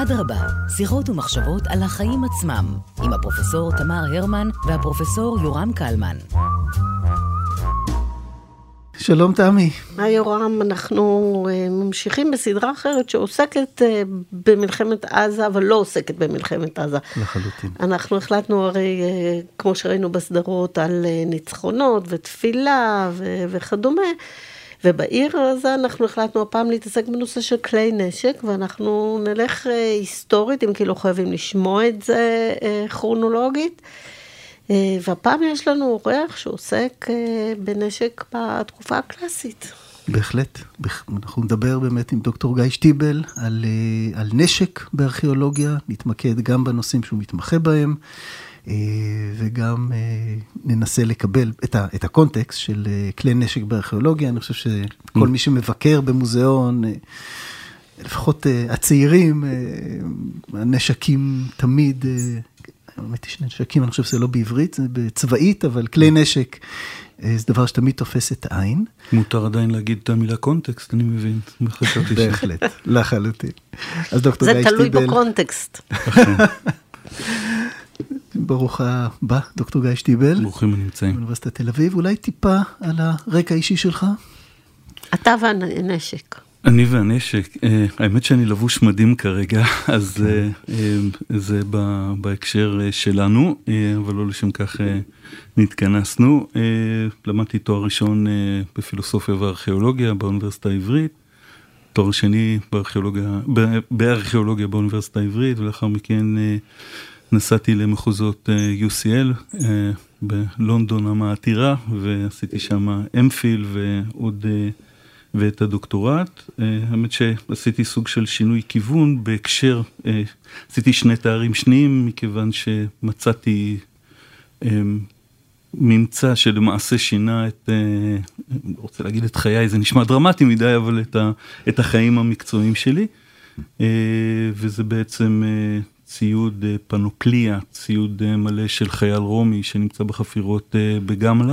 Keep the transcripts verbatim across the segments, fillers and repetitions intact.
אדרבה, שיחות ומחשבות על החיים עצמם, עם הפרופסור תמר הרמן והפרופסור יורם קלמן. שלום תמי. היי יורם, אנחנו ממשיכים בסדרה אחרת שעוסקת במלחמת עזה, אבל לא עוסקת במלחמת עזה. לחלוטין. אנחנו החלטנו הרי, כמו שראינו בסדרות, על ניצחונות ותפילה ו- וכדומה, ובעיר הזה אנחנו החלטנו הפעם להתעסק בנושא של כלי נשק, ואנחנו נלך היסטורית, אם כי לא חייבים לשמוע את זה כרונולוגית, והפעם יש לנו אורח שעוסק בנשק בתקופה הקלאסית. בהחלט. אנחנו נדבר באמת עם דוקטור גיא שטיבל על, על נשק בארכיאולוגיה, נתמקד גם בנושאים שהוא מתמחה בהם, וגם ננסה לקבל את, ה, את הקונטקסט של כלי נשק בארכיאולוגיה. אני חושב שכל מי שמבקר במוזיאון, לפחות הצעירים, הנשקים תמיד, האמת יש נשקים, אני חושב שזה לא בעברית, זה בצבאית, אבל כלי נשק זה דבר שתמיד תופס את העין. מותר עדיין להגיד את המילה קונטקסט, אני מבין. בהחלט, לחלוטין. אז דוקטור גיא שטיבל. זה תלוי בקונטקסט. ברוך הבא, דוקטור גיא שטיבל. ברוכים הנמצאים. באוניברסיטת תל אביב. אולי טיפה על הרקע האישי שלך? אתה והנשק. אני והנשק, האמת שאני לבוש מדים כרגע, אז זה בהקשר שלנו, אבל לא לשם כך נתכנסנו. למדתי תואר ראשון בפילוסופיה וארכיאולוגיה באוניברסיטה העברית, תואר שני בארכיאולוגיה, בארכיאולוגיה באוניברסיטה העברית, ולאחר מכן נסעתי למחוזות יו סי אל בלונדון המעתירה, ועשיתי שם אמפיל ועוד ואת הדוקטורט. האמת שעשיתי סוג של שינוי כיוון בהקשר, עשיתי שני תארים שניים, מכיוון שמצאתי ממצא שלמעשה שינה את, אני רוצה להגיד את חיי, זה נשמע דרמטי מדי, אבל את, ה, את החיים המקצועיים שלי, וזה בעצם ציוד פנופליה, ציוד מלא של חייל רומי שנמצא בחפירות בגמלה.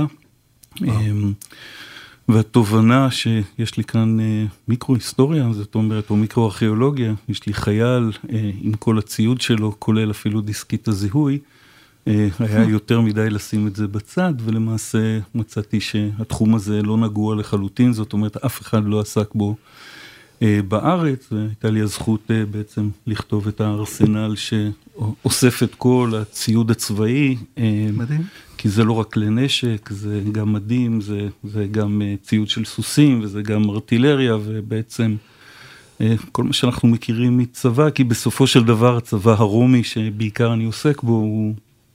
והתובנה שיש לי כאן מיקרו-היסטוריה, זאת אומרת, או מיקרו-ארכיאולוגיה, יש לי חייל עם כל הציוד שלו, כולל אפילו דיסקית הזיהוי, היה יותר מדי לשים את זה בצד, ולמעשה מצאתי שהתחום הזה לא נגוע לחלוטין, זאת אומרת, אף אחד לא עסק בו בארץ, והייתה לי הזכות בעצם לכתוב את הארסנל שאוסף את כל הציוד הצבאי. מדהים. כי זה לא רק כלי נשק, זה גם מדים, זה, זה גם ציוד של סוסים, וזה גם ארטילריה, ובעצם כל מה שאנחנו מכירים מצבא, כי בסופו של דבר הצבא הרומי, שבעיקר אני עוסק בו, הוא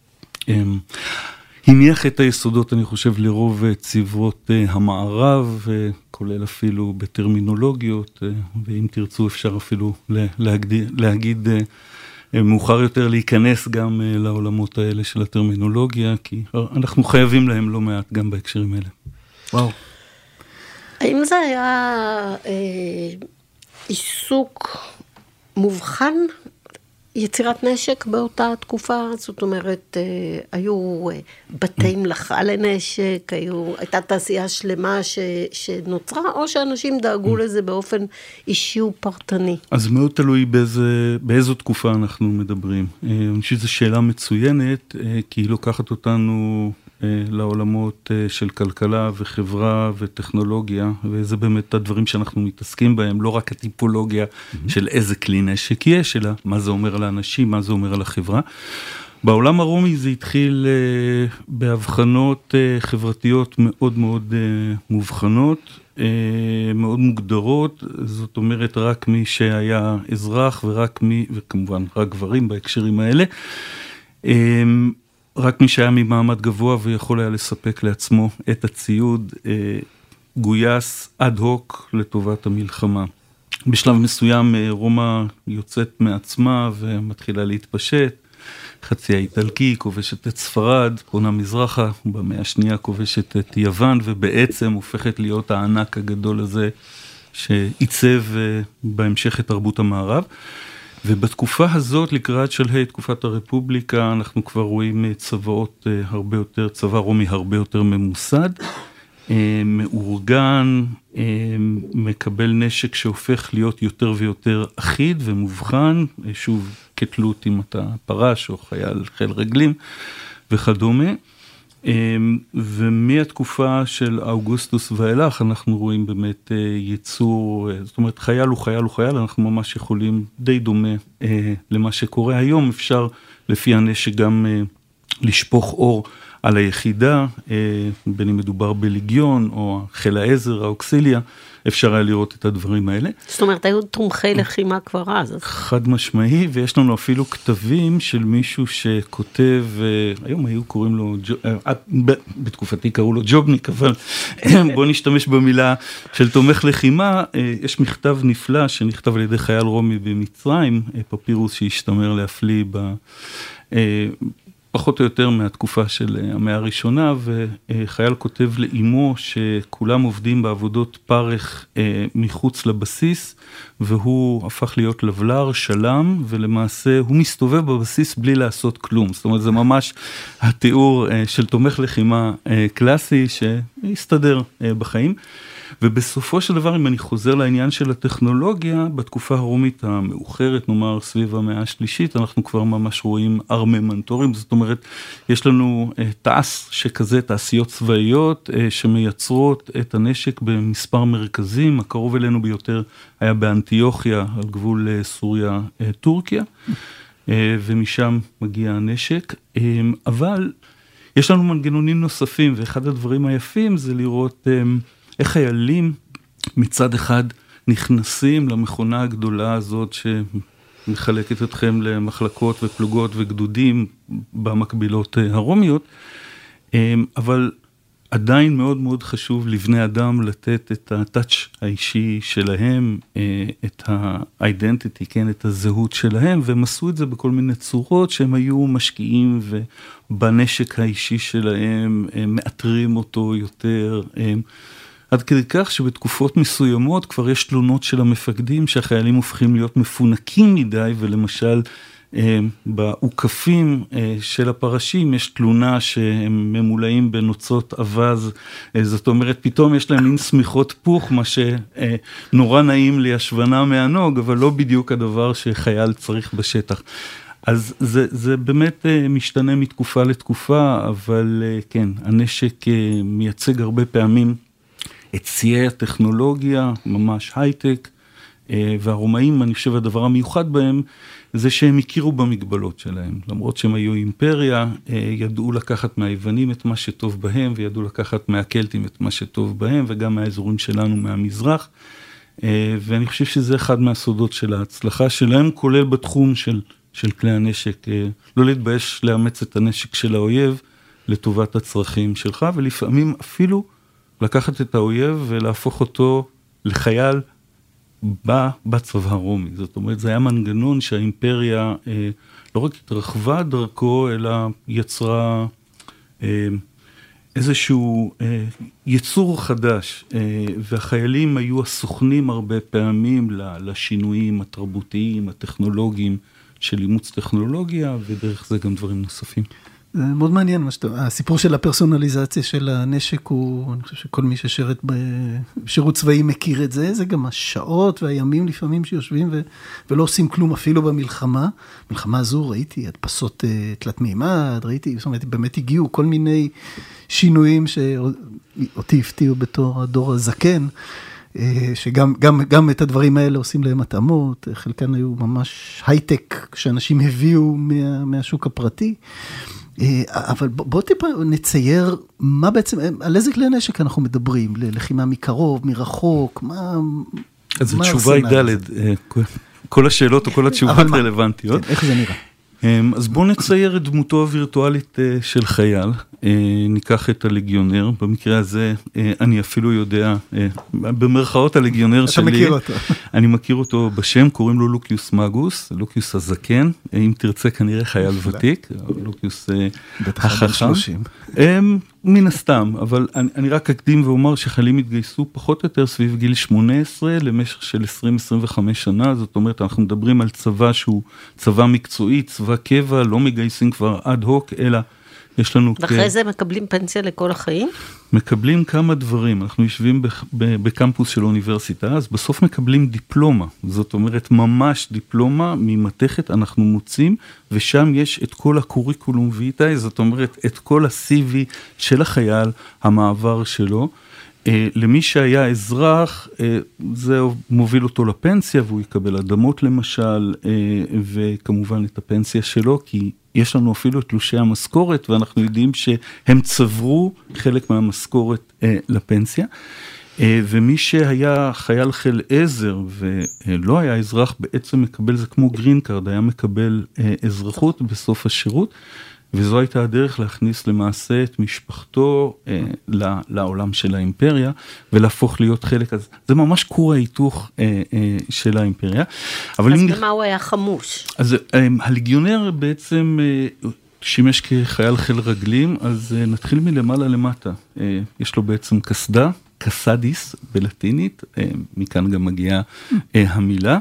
הניח את היסודות, אני חושב, לרוב צבאות המערב, כולל אפילו בטרמינולוגיות, ואם תרצו אפשר אפילו להגיד, להגיד מאוחר יותר להיכנס גם לעולמות האלה של הטרמינולוגיה, כי אנחנו חייבים להם לא מעט גם בהקשרים האלה. וואו. האם זה היה אה, עיסוק מובחן, יצירת נשק באותה תקופה? זאת אומרת, אה, היו אה, בתי מלאכה לנשק, היו, הייתה תעשייה שלמה ש, שנוצרה, או שאנשים דאגו לזה באופן אישי ופרטני? אז מאוד תלוי באיזה, באיזו תקופה אנחנו מדברים. אני חושב שזו שאלה מצוינת, כי היא לוקחת אותנו לעולמות של כלכלה וחברה וטכנולוגיה, וזה באמת הדברים שאנחנו מתעסקים בהם, לא רק הטיפולוגיה mm-hmm. של איזה כלי נשק יש, אלא מה זה אומר על האנשים, מה זה אומר על החברה. בעולם הרומי זה התחיל בהבחנות חברתיות מאוד מאוד מובחנות, מאוד מוגדרות, זאת אומרת רק מי שהיה אזרח ורק מי, וכמובן רק גברים בהקשרים האלה, רק מי שהיה ממעמד גבוה ויכול היה לספק לעצמו את הציוד, גויס אד הוק לטובת המלחמה. בשלב מסוים רומא יוצאת מעצמה ומתחילה להתפשט, חצי האיטלקי כובשת את ספרד, פונה מזרחה, במאה השנייה כובשת את יוון, ובעצם הופכת להיות הענק הגדול הזה שעיצב בהמשך את תרבות המערב. ובתקופה הזאת, לקראת שלהי תקופת הרפובליקה, אנחנו כבר רואים צבאות הרבה יותר, צבא רומי הרבה יותר ממוסד, מאורגן, מקבל נשק שהופך להיות יותר ויותר אחיד ומובחן, שוב כתלות אם אתה פרש או חייל חיל רגלים וכדומה. ומהתקופה של אוגוסטוס ואילך אנחנו רואים באמת יצור, זאת אומרת חייל הוא חייל הוא חייל, אנחנו ממש יכולים די דומה למה שקורה היום, אפשר לפי הנשק גם לשפוך אור על היחידה, בין אם מדובר בליגיון או חיל העזר, האוקסיליה, אפשר היה לראות את הדברים האלה. זאת אומרת, היו תומכי לחימה כבר אז. חד משמעי, ויש לנו אפילו כתבים של מישהו שכותב, היום היו קוראים לו, בתקופתי קראו לו ג'ובניק, אבל בוא נשתמש במילה של תומך לחימה, יש מכתב נפלא שנכתב על ידי חייל רומי במצרים, פפירוס שהשתמר להפליא ב... פחות או יותר מהתקופה של המאה הראשונה, וחייל כותב לאמו שכולם עובדים בעבודות פרח מחוץ לבסיס, והוא הפך להיות לבלר, שלם, ולמעשה הוא מסתובב בבסיס בלי לעשות כלום. זאת אומרת, זה ממש התיאור של תומך לחימה קלאסי שהסתדר בחיים. ובסופו של דבר, אם אני חוזר לעניין של הטכנולוגיה, בתקופה הרומית המאוחרת, נאמר סביב המאה השלישית, אנחנו כבר ממש רואים ארממנטורים, זאת אומרת, יש לנו תעש שכזה, תעשיות צבאיות, שמייצרות את הנשק במספר מרכזים, הקרוב אלינו ביותר היה באנטיוכיה, על גבול סוריה-טורקיה, ומשם מגיע הנשק, אבל יש לנו מנגנונים נוספים, ואחד הדברים היפים זה לראות איך חיילים מצד אחד נכנסים למכונה הגדולה הזאת שמחלקת אתכם למחלקות ופלוגות וגדודים במקבילות הרומיות, אבל עדיין מאוד מאוד חשוב לבני אדם לתת את הטאץ' האישי שלהם, את האידנטיטי, כן, את הזהות שלהם, והם עשו את זה בכל מיני צורות שהם היו משקיעים ובנשק האישי שלהם, הם מאתרים אותו יותר, הם עד כדי כך שבתקופות מסוימות כבר יש תלונות של המפקדים שהחיילים הופכים להיות מפונקים מדי, ולמשל בעוקפים של הפרשים יש תלונה שהם ממולאים בנוצות אבז, זאת אומרת פתאום יש להם מין סמיכות פוך, מה שנורא נעים לי השבנה מהנוג, אבל לא בדיוק הדבר שחייל צריך בשטח. אז זה, זה באמת משתנה מתקופה לתקופה, אבל כן, הנשק מייצג הרבה פעמים את שיאי הטכנולוגיה, ממש הייטק, והרומאים, אני חושב, הדבר המיוחד בהם, זה שהם הכירו במגבלות שלהם. למרות שהם היו אימפריה, ידעו לקחת מהיוונים את מה שטוב בהם, וידעו לקחת מהקלטים את מה שטוב בהם, וגם מהאזורים שלנו מהמזרח. ואני חושב שזה אחד מהסודות של ההצלחה שלהם, כולל בתחום של, של כלי הנשק. לא להתבייש לאמץ את הנשק של האויב, לטובת הצרכים שלך, ולפעמים אפילו לקחת את האויב ולהפוך אותו לחייל בצבא הרומי. זאת אומרת, זה היה מנגנון שהאימפריה אה, לא רק התרחבה דרכו, אלא יצרה אה, איזשהו אה, יצור חדש, אה, והחיילים היו הסוכנים הרבה פעמים לשינויים התרבותיים, הטכנולוגיים של אימוץ טכנולוגיה, ודרך זה גם דברים נוספים. זה מאוד מעניין, מה שאתה, הסיפור של הפרסונליזציה של הנשק הוא, אני חושב שכל מי ששרת בשירות צבאי מכיר את זה, זה גם השעות והימים לפעמים שיושבים ו, ולא עושים כלום אפילו במלחמה. במלחמה הזו ראיתי הדפסות תלת מימד, ראיתי, זאת אומרת, באמת הגיעו כל מיני שינויים שאותי הפתיעו בתור הדור הזקן, שגם גם, גם את הדברים האלה עושים להם התאמות, חלקן היו ממש הייטק שאנשים הביאו מה, מהשוק הפרטי. אבל בוא טיפה נצייר מה בעצם, על איזה כלי נשק אנחנו מדברים, ללחימה מקרוב, מרחוק, מה... אז התשובה היא ד', כל השאלות או כל התשובות רלוונטיות. איך זה נראה? אז בואו נצייר את דמותו הווירטואלית של חייל, ניקח את הלגיונר, במקרה הזה אני אפילו יודע, במרכאות הלגיונר שלי, אתה מכיר אותו. אני מכיר אותו בשם, קוראים לו לוקיוס מגוס, לוקיוס הזקן, אם תרצה כנראה חייל ותיק, לוקיוס החכם, מן הסתם, אבל אני, אני רק אקדים ואומר שחיילים התגייסו פחות או יותר סביב גיל שמונה עשרה למשך של עשרים עד עשרים וחמש שנה, זאת אומרת אנחנו מדברים על צבא שהוא צבא מקצועי, צבא קבע, לא מגייסים כבר אד הוק, אלא יש לנו... ואחרי זה מקבלים פנסיה לכל החיים? מקבלים כמה דברים, אנחנו יושבים בקמפוס של אוניברסיטה, אז בסוף מקבלים דיפלומה, זאת אומרת ממש דיפלומה ממתכת אנחנו מוצאים, ושם יש את כל הקוריקולום ויטאי, זאת אומרת את כל ה-סי וי של החייל, המעבר שלו, למי שהיה אזרח, זה מוביל אותו לפנסיה, והוא יקבל אדמות למשל, וכמובן את הפנסיה שלו, כי יש לנו אפילו את תלושי המשכורת, ואנחנו יודעים שהם צברו חלק מהמשכורת לפנסיה, ומי שהיה חייל חיל עזר ולא היה אזרח, בעצם מקבל, זה כמו גרין קארד, היה מקבל אזרחות בסוף השירות, וזו הייתה הדרך להכניס למעשה את משפחתו אה, לעולם של האימפריה, ולהפוך להיות חלק, אז זה ממש כור ההיתוך אה, אה, של האימפריה. אז במה נכ... הוא היה חמוש? אז אה, הליגיונר בעצם אה, שימש כחייל חיל רגלים, אז אה, נתחיל מלמעלה למטה. אה, יש לו בעצם קסדה, קסדיס בלטינית, אה, מכאן גם מגיעה אה, המילה.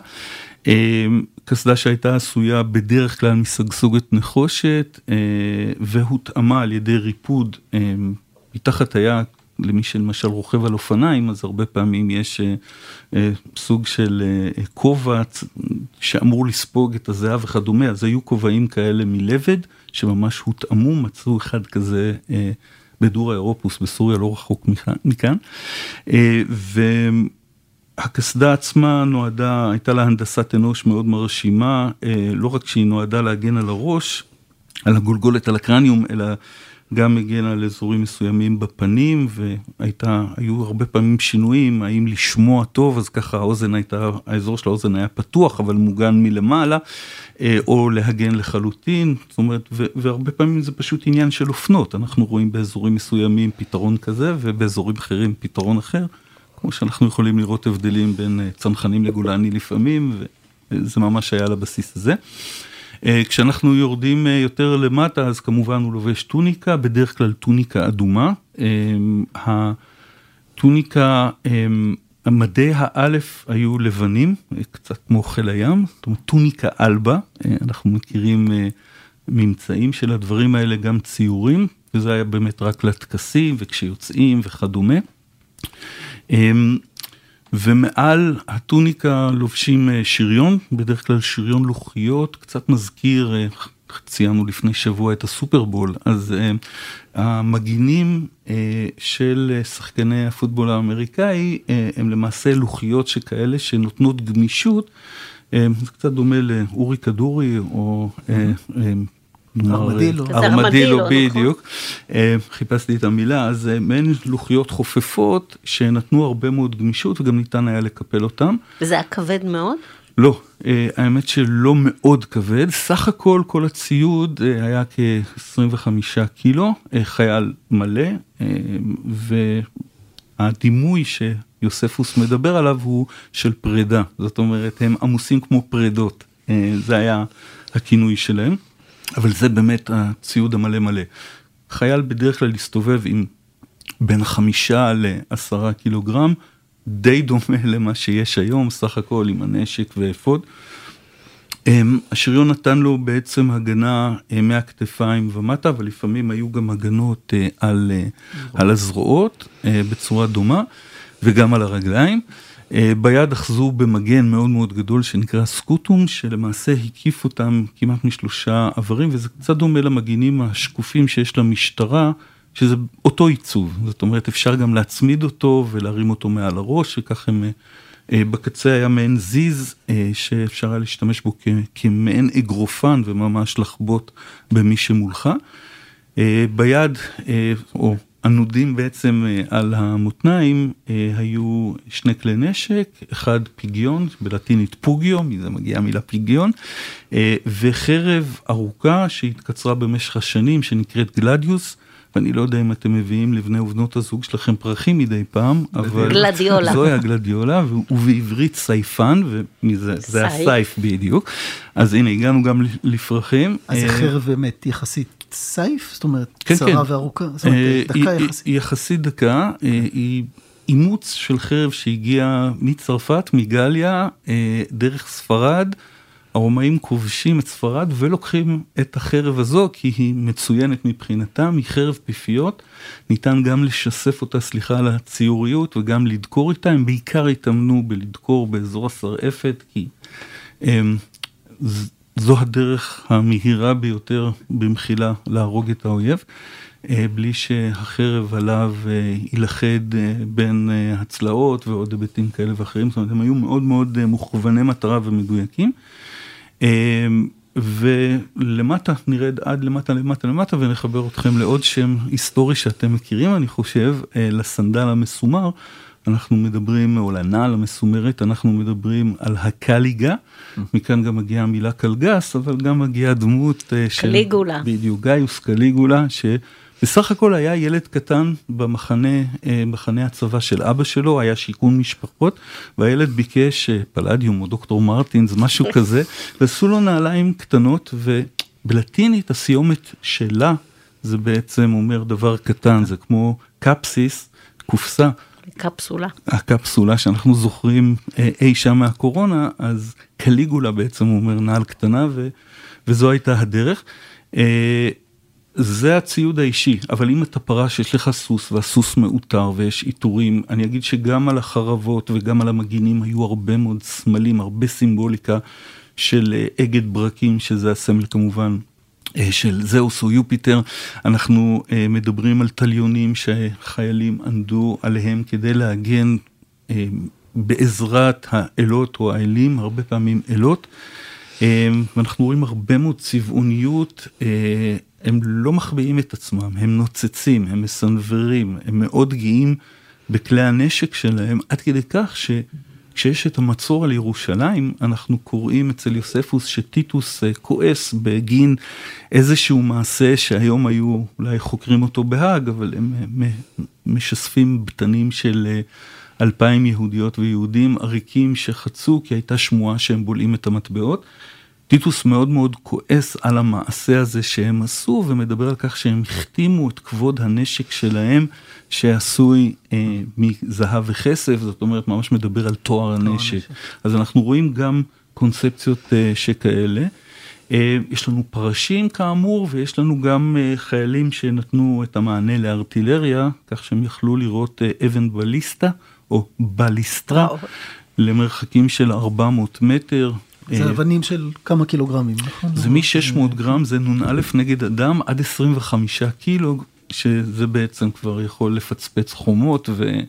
קסדה שהייתה עשויה בדרך כלל מסגסוגת נחושת, והותאמה על ידי ריפוד מתחת היה, למי שלמשל רוכב על אופניים, אז הרבה פעמים יש סוג של כובע שאמור לספוג את הזהה וכדומה, אז היו כובעים כאלה מלבד, שממש הותאמו, מצאו אחד כזה בדור האירופוס, בסוריה לא רחוק מכאן, ו... הקסדה עצמה נועדה, הייתה לה הנדסת אנוש מאוד מרשימה, לא רק שהיא נועדה להגן על הראש, על הגולגולת, על הקרניום, אלא גם הגן על אזורים מסוימים בפנים, והייתה, היו הרבה פעמים שינויים, האם לשמוע טוב, אז ככה האוזן הייתה, האזור של האוזן היה פתוח, אבל מוגן מלמעלה, או להגן לחלוטין, זאת אומרת, והרבה פעמים זה פשוט עניין של אופנות, אנחנו רואים באזורים מסוימים פתרון כזה, ובאזורים אחרים פתרון אחר, כמו שאנחנו יכולים לראות הבדלים בין צנחנים לגולני לפעמים, וזה ממש היה על הבסיס הזה. כשאנחנו יורדים יותר למטה, אז כמובן הוא לובש טוניקה, בדרך כלל טוניקה אדומה. הטוניקה, המדי האלף היו לבנים, קצת כמו חיל הים, זאת אומרת טוניקה אלבה, אנחנו מכירים ממצאים של הדברים האלה, גם ציורים, וזה היה באמת רק לטקסים וכשיוצאים וכדומה. ומעל הטוניקה לובשים שריון, בדרך כלל שריון לוחיות, קצת מזכיר, ציינו לפני שבוע את הסופרבול, אז המגינים של שחקני הפוטבול האמריקאי, הם למעשה לוחיות שכאלה שנותנות גמישות, זה קצת דומה לאורי כדורי, או... ארמדילו. ארמדילו, בדיוק. חיפשתי את המילה, אז מעין לוחיות חופפות שנתנו הרבה מאוד גמישות, וגם ניתן היה לקפל אותם. וזה היה כבד מאוד? לא, האמת שלא מאוד כבד. סך הכל, כל הציוד היה כ-עשרים וחמישה קילו, חייל מלא, והדימוי שיוספוס מדבר עליו הוא של פרידה. זאת אומרת, הם עמוסים כמו פרידות. זה היה הכינוי שלהם. אבל זה באמת הציוד המלא מלא. חייל בדרך כלל להסתובב עם בין חמישה לעשרה קילוגרם, די דומה למה שיש היום, סך הכל עם הנשק ואפוד. השריון נתן לו בעצם הגנה מהכתפיים ומטה, אבל לפעמים היו גם הגנות על, על הזרועות בצורה דומה, וגם על הרגליים. ביד אחזו במגן מאוד מאוד גדול שנקרא סקוטום, שלמעשה הקיף אותם כמעט משלושה עברים, וזה קצת דומה למגינים השקופים שיש למשטרה, שזה אותו עיצוב. זאת אומרת, אפשר גם להצמיד אותו ולהרים אותו מעל הראש, וכך הם, בקצה היה מעין זיז, שאפשר היה להשתמש בו כמעין אגרופן, וממש לחבוט במי שמולך. ביד, או... ענודים בעצם על המותניים היו שני כלי נשק, אחד פיגיון, בלטינית פוגיו, מזה מגיעה המילה פיגיון, וחרב ארוכה שהתקצרה במשך השנים, שנקראת גלדיוס, ואני לא יודע אם אתם מביאים לבני ובנות הזוג שלכם פרחים מדי פעם, אבל... גלדיולה. זוהי הגלדיולה, ובעברית סייפן, ומזה, זה הסייף בדיוק. אז הנה, הגענו גם לפרחים. אז זה חרב באמת יחסית סייף? זאת אומרת, קצרה וארוכה? זאת אומרת, דקה יחסית? היא יחסית דקה, היא אימוץ של חרב שהגיעה מצרפת, מגליה, דרך ספרד, הרומאים כובשים את ספרד ולוקחים את החרב הזו, כי היא מצוינת מבחינתם, היא חרב פיפיות, ניתן גם לשסף אותה, סליחה על הציוריות, וגם לדקור איתה, הם בעיקר התאמנו בלדקור באזור השרעפת, כי הם, זו הדרך המהירה ביותר במחילה להרוג את האויב, בלי שהחרב עליו ילחד בין הצלעות ועוד היבטים כאלה ואחרים, זאת אומרת, הם היו מאוד מאוד מוכווני מטרה ומדויקים, ולמטה נרד עד למטה למטה למטה ונחבר אתכם לעוד שם היסטורי שאתם מכירים, אני חושב, לסנדל המסומר, אנחנו מדברים, או לנעל המסומרת, אנחנו מדברים על הקליגה, מכאן גם מגיעה המילה קלגס, אבל גם מגיעה דמות של... קליגולה. בדיוק, גאיוס קליגולה, שבסך הכל היה ילד קטן במחנה, מחנה הצבא של אבא שלו, היה שיקון משפחות, והילד ביקש פלדיום או דוקטור מרטינס, משהו כזה, ועשו לו נעליים קטנות, ובלטינית הסיומת שלה, זה בעצם אומר דבר קטן, זה כמו קפסיס, קופסה, קפסולה. הקפסולה שאנחנו זוכרים אי שם מהקורונה, אז קליגולה בעצם אומר נעל קטנה, ו, וזו הייתה הדרך. זה הציוד האישי, אבל אם אתה פרש, יש לך סוס, והסוס מאותר, ויש איתורים, אני אגיד שגם על החרבות וגם על המגינים היו הרבה מאוד סמלים, הרבה סימבוליקה של אגד ברקים, שזה הסמל כמובן, של זאוס או יופיטר. אנחנו uh, מדברים על תליונים שחיילים ענדו עליהם כדי להגן uh, בעזרת האלות או האלים, הרבה פעמים אלות, uh, ואנחנו רואים הרבה מאוד צבעוניות, uh, הם לא מחביאים את עצמם, הם נוצצים, הם מסנברים, הם מאוד גאים בכלי הנשק שלהם, עד כדי כך ש... כשיש את המצור על ירושלים, אנחנו קוראים אצל יוספוס שטיטוס כועס בגין איזשהו מעשה שהיום היו, אולי חוקרים אותו בהאג, אבל הם משספים בטנים של אלפיים יהודיות ויהודים עריקים שחצו, כי הייתה שמועה שהם בולעים את המטבעות. טיטוס מאוד מאוד כועס על המעשה הזה שהם עשו, ומדבר על כך שהם החתימו את כבוד הנשק שלהם, שעשוי אה, מזהב וכסף, זאת אומרת, ממש מדבר על תואר הנשק. הנשק. אז אנחנו רואים גם קונספציות אה, שכאלה. אה, יש לנו פרשים כאמור, ויש לנו גם אה, חיילים שנתנו את המענה לארטילריה, כך שהם יכלו לראות אה, אבן בליסטה, או בליסטרה, וואו. למרחקים של ארבע מאות מטר, זה אבנים של כמה קילוגרמים, נכון? זה מ-שש מאות גרם, זה נון א' נגד אדם, עד עשרים וחמישה קילו, שזה בעצם כבר יכול לפצפץ חומות,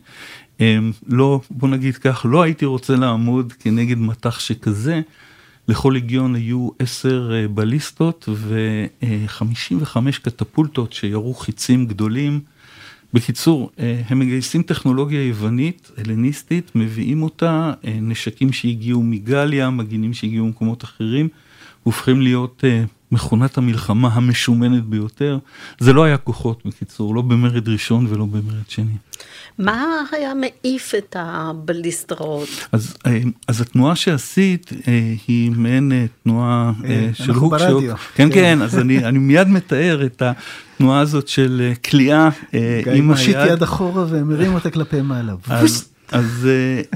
ולא, בוא נגיד כך, לא הייתי רוצה לעמוד כנגד מתח שכזה, לכל הגיון היו עשר בליסטות, ו-חמישים וחמש קטפולטות שירו חיצים גדולים. בקיצור, הם מגייסים טכנולוגיה יוונית, הלניסטית, מביאים אותה, נשקים שהגיעו מגליה, מגינים שהגיעו ממקומות אחרים, הופכים להיות מכונת המלחמה המשומנת ביותר. זה לא היה כוחות, בקיצור, לא במרד ראשון ולא במרד שני. מה היה מעיף את הבליסטרות? אז, אז התנועה שעשית היא מעין תנועה של הוקשוק. כן, כן, אז אני, אני מיד מתאר את התנועה הזאת של קליעה עם היד. מושיט יד אחורה ומרים אותה כלפי מעלה. אז, אז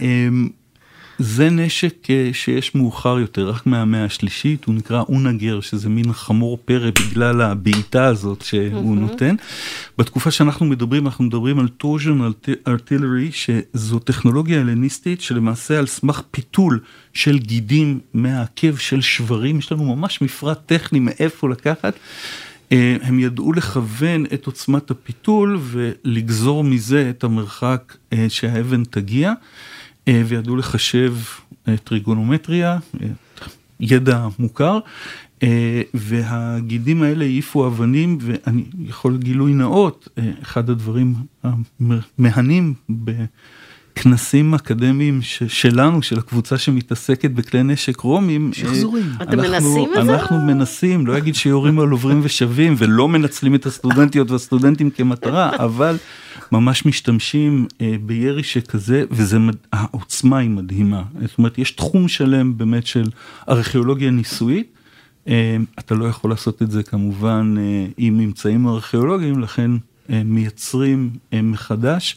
זה נשק שיש מאוחר יותר, רק מהמאה השלישית, הוא נקרא אונגר, שזה מין חמור פרא בגלל הבעיטה הזאת שהוא נותן. בתקופה שאנחנו מדברים, אנחנו מדברים על טורז'ן ארטילרי, שזו טכנולוגיה הלניסטית, שלמעשה על סמך פיתול של גידים מהעקב של שברים, יש לנו ממש מפרט טכני מאיפה לקחת, הם ידעו לכוון את עוצמת הפיתול, ולגזור מזה את המרחק שהאבן תגיע, וידעו לחשב טריגונומטריה, ידע מוכר, והגידים האלה העיפו אבנים, ואני יכול גילוי נאות, אחד הדברים המהנים בכנסים אקדמיים שלנו, של הקבוצה שמתעסקת בכלי נשק רומים, שחזורים. אתם מנסים את זה? אנחנו מנסים, לא אגיד שיורים על עוברים ושווים, ולא מנצלים את הסטודנטיות והסטודנטים כמטרה, אבל ממש משתמשים בירי שכזה, והעוצמה היא מדהימה. זאת אומרת, יש תחום שלם באמת של ארכיאולוגיה ניסויית, אתה לא יכול לעשות את זה כמובן עם ממצאים ארכיאולוגיים, לכן מייצרים מחדש,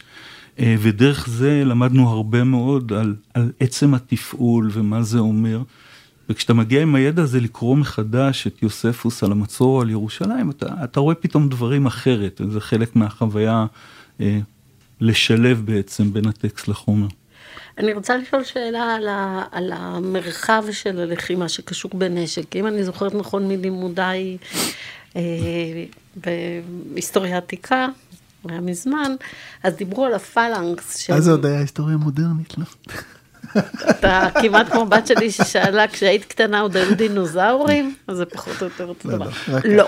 ודרך זה למדנו הרבה מאוד על, על עצם התפעול ומה זה אומר, וכשאתה מגיע עם הידע הזה לקרוא מחדש את יוספוס על המצור על ירושלים, אתה, אתה רואה פתאום דברים אחרת, זה חלק מהחוויה אה, לשלב בעצם בין הטקסט לחומר. אני רוצה לשאול שאלה על, ה, על המרחב של הלחימה שקשור בנשק. אם אני זוכרת נכון מלימודיי אה, בהיסטוריה עתיקה, היה מזמן, אז דיברו על הפלנקס. של... אז זה עוד היה היסטוריה מודרנית, לא? אתה כמעט כמו בת שלי ששאלה, כשהיית קטנה עוד היו דינוזאורים, אז זה פחות או יותר אותו דבר. לא.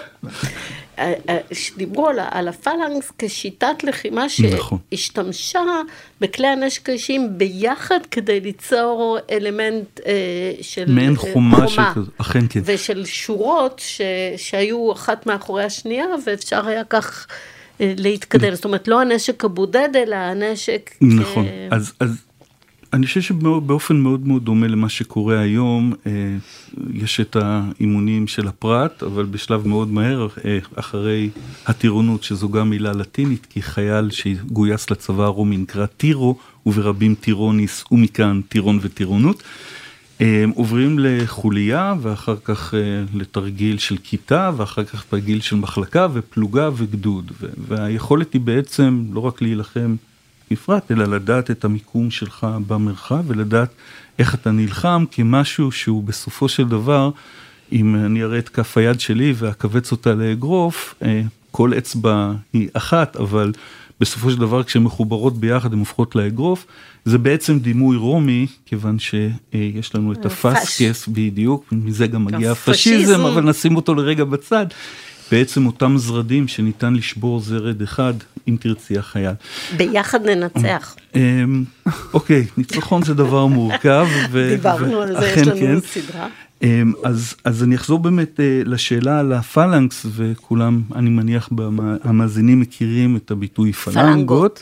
דיברו על הפלנקס כשיטת לחימה שהשתמשה בכלי הנשק האישיים ביחד כדי ליצור אלמנט של מעין חומה ושל שורות שהיו אחת מאחורי השנייה, ואפשר היה כך להתקדם. זאת אומרת, לא הנשק הבודד, אלא הנשק... נכון. אז... אני חושב שבאופן מאוד מאוד דומה למה שקורה היום, יש את האימונים של הפרט, אבל בשלב מאוד מהר, אחרי הטירונות, שזו גם מילה לטינית, כי חייל שגויס לצבא הרומי נקרא טירו, וברבים טירוניס, ומכאן טירון וטירונות, עוברים לחוליה, ואחר כך לתרגיל של כיתה, ואחר כך תרגיל של מחלקה, ופלוגה וגדוד. והיכולת היא בעצם לא רק להילחם, בפרט, אלא לדעת את המיקום שלך במרחב, ולדעת איך אתה נלחם, כמשהו שהוא בסופו של דבר, אם אני אראה את כף היד שלי ואקבץ אותה לאגרוף, כל אצבע היא אחת, אבל בסופו של דבר כשהן מחוברות ביחד, הן הופכות לאגרוף, זה בעצם דימוי רומי, כיוון שיש לנו את הפסקס בדיוק, מזה גם מגיע הפשיזם, אבל נשים אותו לרגע בצד, בעצם אותם זרדים שניתן לשבור זרד אחד, אם תרצי החייל. ביחד ננצח. אוקיי, ניצחון זה דבר מורכב. דיברנו על זה, יש לנו סדרה. אז אני אחזור באמת לשאלה על הפלנקס, וכולם, אני מניח, המאזינים מכירים את הביטוי פלנגות.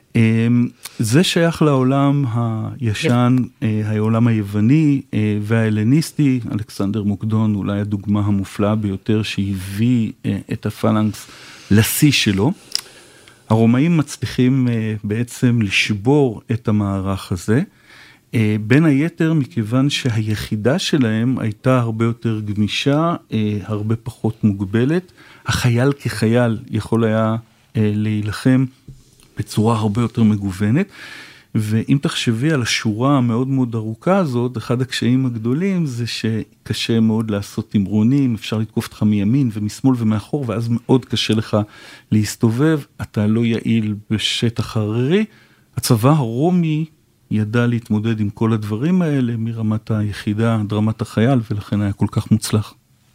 זה שייך לעולם הישן, העולם היווני וההלניסטי. אלכסנדר מוקדון אולי הדוגמה המופלאה ביותר שהביא את הפלנקס לשיא שלו. הרומאים מצליחים בעצם לשבור את המערך הזה, בין היתר מכיוון שהיחידה שלהם הייתה הרבה יותר גמישה, הרבה פחות מוגבלת. החייל כחייל יכול היה להילחם בצורה הרבה יותר מגוונת, ואם תחשבי על השורה המאוד מאוד ארוכה הזאת, אחד הקשיים הגדולים זה שקשה מאוד לעשות תמרונים, אפשר לתקוף אותך מימין ומשמאל ומאחור, ואז מאוד קשה לך להסתובב, אתה לא יעיל בשטח הררי. הצבא הרומי ידע להתמודד עם כל הדברים האלה, מרמת היחידה עד רמת החייל, ולכן היה כל כך מוצלח.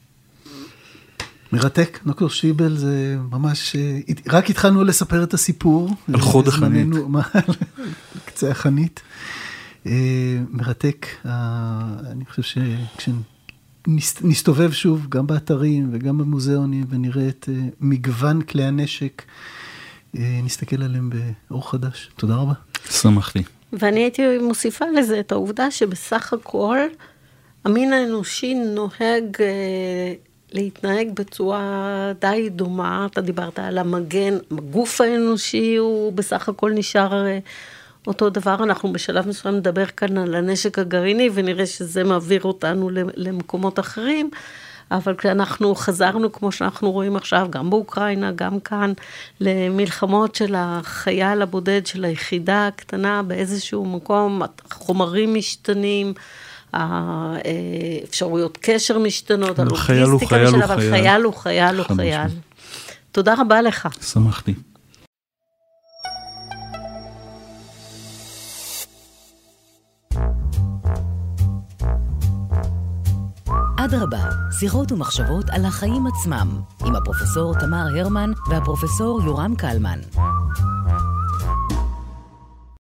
מרתק, דוקטור שטיבל, זה ממש, רק התחלנו לספר את הסיפור. על חוד החנית. קצה החנית. מרתק, אני חושב שכשנסתובב שוב, גם באתרים וגם במוזיאונים, ונראה את מגוון כלי הנשק, נסתכל עליהם באור חדש. תודה רבה. שמחתי. ואני הייתי מוסיפה לזה את העובדה שבסך הכל, המין האנושי נוהג להתנהג בצורה די דומה. אתה דיברת על המגן, הגוף האנושי הוא בסך הכל נשאר אותו דבר. אנחנו בשלב מסוים נדבר כאן על הנשק הגרעיני, ונראה שזה מעביר אותנו למקומות אחרים, אבל כשאנחנו חזרנו, כמו שאנחנו רואים עכשיו, גם באוקראינה, גם כאן, למלחמות של החייל הבודד, של היחידה הקטנה, באיזשהו מקום, החומרים משתנים, האפשרויות קשר משתנות, הלוגיסטיקה שלה, אבל חייל הוא חייל הוא חייל. תודה רבה לך. שמחתי. אדרבה, שיחות ומחשבות על החיים עצמם, עם הפרופסור תמר הרמן והפרופסור יורם קלמן.